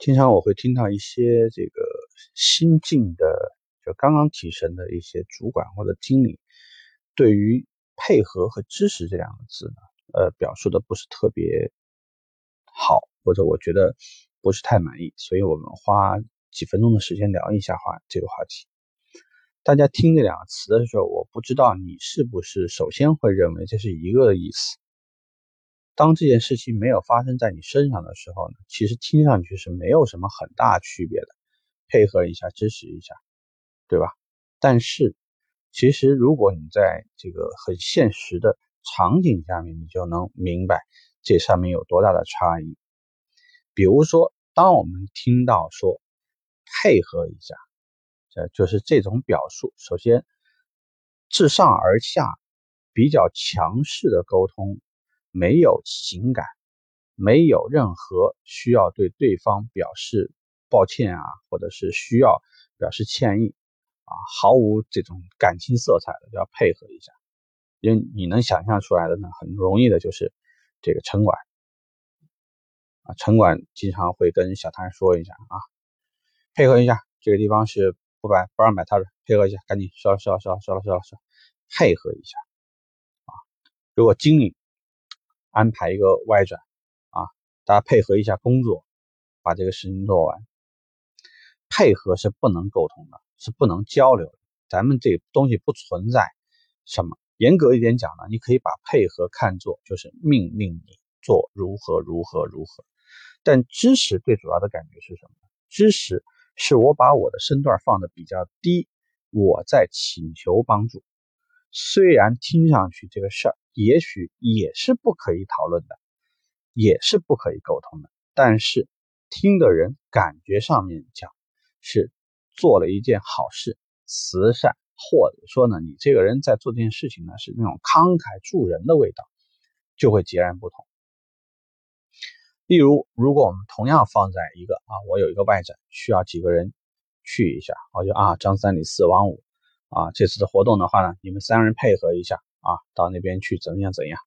经常我会听到一些这个新进的，就刚刚提升的一些主管或者经理，对于配合和支持这两个字呢，表述的不是特别好，或者我觉得不是太满意，所以我们花几分钟的时间聊一下这个话题。大家听这两个词的时候，我不知道你是不是首先会认为这是一个意思。当这件事情没有发生在你身上的时候呢，其实听上去是没有什么很大区别的，配合一下，支持一下，对吧？但是其实如果你在这个很现实的场景下面，你就能明白这上面有多大的差异。比如说，当我们听到说配合一下，就是这种表述，首先自上而下比较强势的沟通，没有情感，没有任何需要对对方表示抱歉啊，或者是需要表示歉意啊，毫无这种感情色彩的，就要配合一下。因为你能想象出来的呢，很容易的就是这个城管啊，城管经常会跟小摊说一下啊，配合一下，这个地方是不让摆摊的，配合一下，赶紧收了，配合一下。如果经理安排一个外转啊，大家配合一下工作，把这个事情做完。配合是不能沟通的，是不能交流的。咱们这东西不存在什么，严格一点讲呢，你可以把配合看作就是命令你做如何。但支持最主要的感觉是什么？支持是我把我的身段放得比较低，我在请求帮助。虽然听上去这个事儿也许也是不可以讨论的，也是不可以沟通的，但是听的人感觉上面讲是做了一件好事，慈善，或者说呢，你这个人在做这件事情呢是那种慷慨助人的味道，就会截然不同。例如，如果我们同样放在一个我有一个外展，需要几个人去一下，我就张三李四王五这次的活动的话呢，你们3人配合一下到那边去怎样。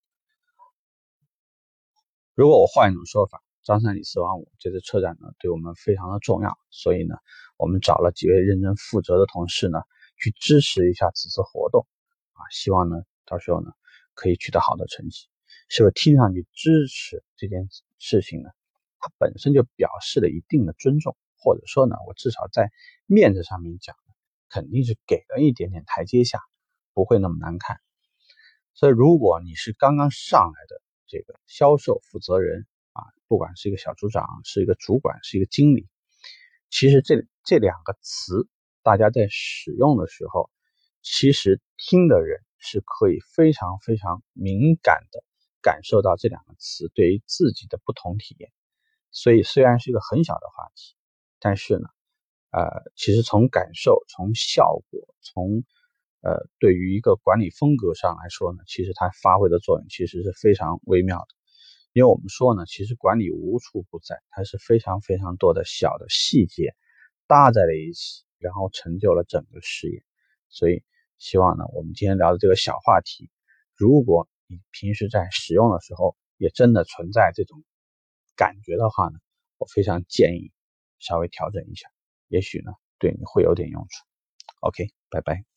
如果我换一种说法，张三李四王五这次车展呢对我们非常的重要，所以呢我们找了几位认真负责的同事呢去支持一下此次活动希望呢到时候呢可以取得好的成绩。是不是听上去支持这件事情呢，它本身就表示了一定的尊重，或者说呢我至少在面子上面讲肯定是给了一点点台阶下，不会那么难看。所以如果你是刚刚上来的这个销售负责人不管是一个小组长，是一个主管，是一个经理，其实这两个词大家在使用的时候，其实听的人是可以非常非常敏感的感受到这两个词对于自己的不同体验。所以虽然是一个很小的话题，但是呢其实从感受，从效果，从对于一个管理风格上来说呢，其实它发挥的作用其实是非常微妙的。因为我们说呢，其实管理无处不在，它是非常非常多的小的细节搭在了一起，然后成就了整个事业。所以希望呢，我们今天聊的这个小话题，如果你平时在使用的时候也真的存在这种感觉的话呢，我非常建议稍微调整一下，也许呢对你会有点用处。OK， 拜拜。